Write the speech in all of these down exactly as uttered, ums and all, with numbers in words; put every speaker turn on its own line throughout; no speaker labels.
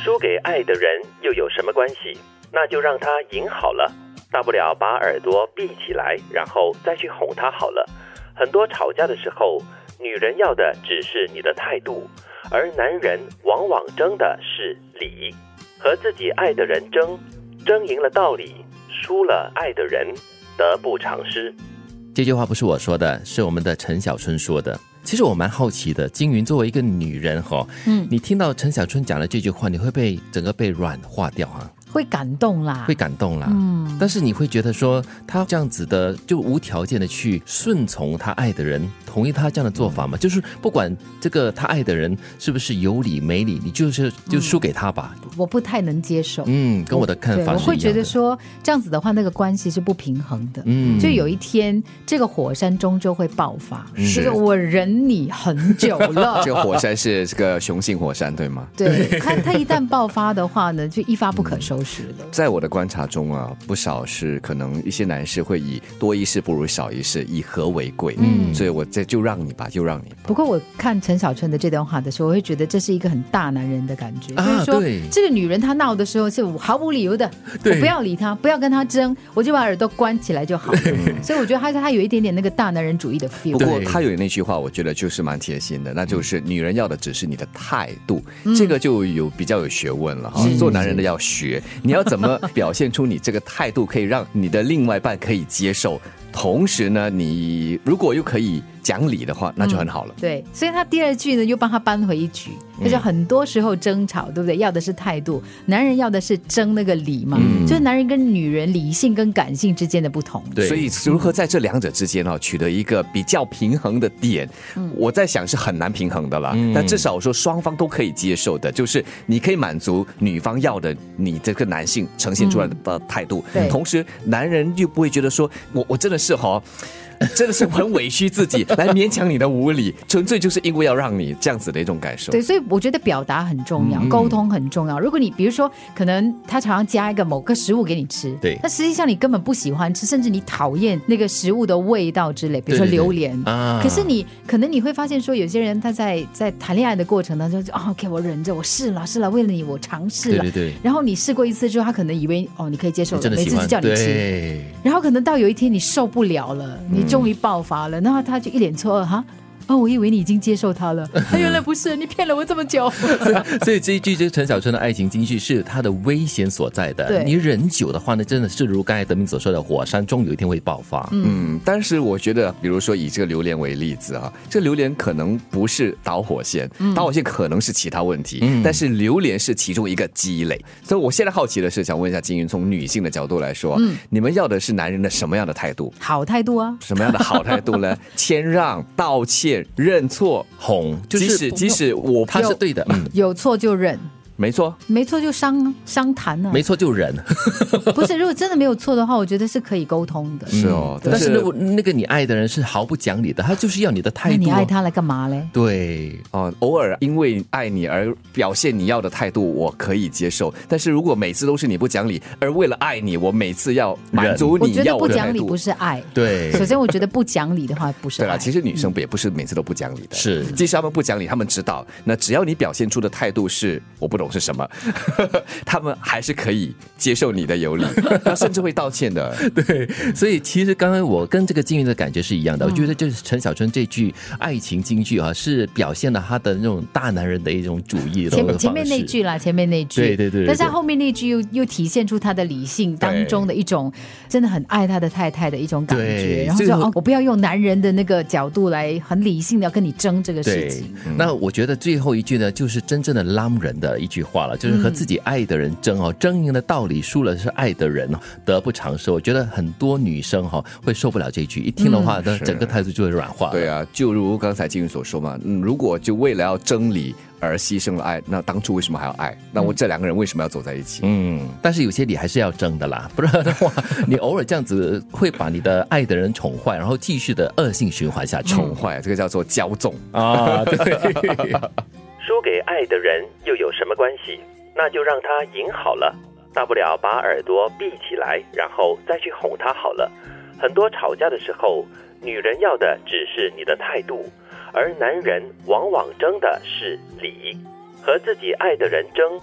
输给爱的人又有什么关系？那就让他赢好了，大不了把耳朵闭起来，然后再去哄他好了。很多吵架的时候，女人要的只是你的态度，而男人往往争的是理。和自己爱的人争，争赢了道理，输了爱的人，得不偿失。
这句话不是我说的，是我们的陈小春说的。其实我蛮好奇的，金云作为一个女人哈、哦，嗯，你听到陈小春讲的这句话，你会被整个被软化掉啊？
会感动啦，
会感动啦，嗯，但是你会觉得说他这样子的就无条件的去顺从他爱的人，同意他这样的做法吗？嗯、就是不管这个他爱的人是不是有理没理，你就是就输给他吧、嗯。
我不太能接受，
嗯，跟我的看法是一样的。
我会觉得说这样子的话，那个关系是不平衡的，嗯，就有一天这个火山终究会爆发，嗯、就是我忍你很久了。
这个火山是这个雄性火山，对吗？
对，它它一旦爆发的话呢，就一发不可收拾。
在我的观察中啊，不少是可能一些男士会以多一事不如少一事，以和为贵，嗯，所以我这就让你吧，就让你吧。
不过我看陈小春的这段话的时候，我会觉得这是一个很大男人的感觉，
啊、
就是说这个女人她闹的时候是毫无理由的，我不要理她，不要跟她争，我就把耳朵关起来就好了。所以我觉得他他有一点点那个大男人主义的 feel。
不过他有那句话，我觉得就是蛮贴心的，那就是女人要的只是你的态度，嗯、这个就有比较有学问了哈。做男人的要学。你要怎么表现出你这个态度，可以让你的另外一半可以接受？同时呢，你如果又可以讲理的话，那就很好了。
嗯、对，所以他第二句呢，又帮他扳回一局。就是很多时候争吵，对不对？要的是态度，男人要的是争那个理嘛。嗯、就是男人跟女人理性跟感性之间的不同。
对，所以如何在这两者之间哦，取得一个比较平衡的点，嗯、我在想是很难平衡的啦。嗯、但至少说双方都可以接受的，就是你可以满足女方要的你这个男性呈现出来的态度，嗯、同时男人又不会觉得说我我真的是哈。真的是很委屈自己来勉强你的无理，纯粹就是因为要让你这样子的一种感受。
对，所以我觉得表达很重要，沟、嗯、通很重要。如果你比如说可能他常常加一个某个食物给你吃，
对，
那实际上你根本不喜欢吃，甚至你讨厌那个食物的味道之类，比如说榴莲啊。可是你可能你会发现说，有些人他在在谈恋爱的过程当中就，哦 OK 我忍着，我试了试了，为了你我尝试了，
对对对。
然后你试过一次之后，他可能以为哦你可以接受了，每次就叫你吃，然后可能到有一天你受不了了，你终于爆发了，然后他就一脸错愕哈。哦，我以为你已经接受他了，他原来不是，你骗了我这么久。
所以这一句就是陈小春的爱情金句，是他的危险所在的。你忍久的话呢，真的是如刚才德明所说的，火山终有一天会爆发。
嗯，但是我觉得，比如说以这个榴莲为例子啊，这榴莲可能不是导火线，嗯、导火线可能是其他问题，嗯、但是榴莲是其中一个积累。所以我现在好奇的是，想问一下金云，从女性的角度来说，嗯、你们要的是男人的什么样的态度？
好态度啊！
什么样的好态度呢？谦让、道歉。认错
哄，就是
即使即使我
他是对的，
嗯，有错就认。
没错，
没错就商商谈啊，
没错就忍。
不是，如果真的没有错的话，我觉得是可以沟通的。
是哦，
但是那个你爱的人是毫不讲理的，他就是要你的态度、啊。
那你爱他来干嘛嘞？
对
哦，偶尔因为爱你而表现你要的态度，我可以接受。但是如果每次都是你不讲理，而为了爱你，我每次要满足你要我的态度，我觉得不讲理
不是爱。
对，
首先我觉得不讲理的话不是爱。
对啦，其实女生也不是每次都不讲理的，
是，
即使他们不讲理，他们知道，那只要你表现出的态度是我不懂是什么。他们还是可以接受你的有理，他甚至会道歉的。
对，所以其实刚刚我跟这个金云的感觉是一样的，嗯、我觉得就是陈小春这句爱情金句啊，是表现了他的那种大男人的一种主义的方式。
前前面那句啦，前面那句，
对对 对, 对，
但是他后面那句又又体现出他的理性当中的一种真的很爱他的太太的一种感觉，然后说哦，我不要用男人的那个角度来很理性的要跟你争这个事情。
嗯、那我觉得最后一句呢，就是真正的浪人的一句话了。就是和自己爱的人争哦，争赢的道理，输了是爱的人哦，得不偿失。我觉得很多女生哈、哦、会受不了这句，一听的话，嗯、整个态度就会软化。
对啊，就如刚才金云所说嘛，嗯，如果就为了要争理而牺牲了爱，那当初为什么还要爱？那我这两个人为什么要走在一起？
嗯，但是有些理还是要争的啦，不然的话，你偶尔这样子会把你的爱的人宠坏，然后继续的恶性循环下去。
宠坏，这个叫做骄纵
啊，对。
输给爱的人又有什么关系？那就让他赢好了，大不了把耳朵闭起来，然后再去哄他好了。很多吵架的时候，女人要的只是你的态度，而男人往往争的是理。和自己爱的人争，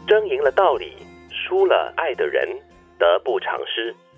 争赢了道理，输了爱的人，得不偿失。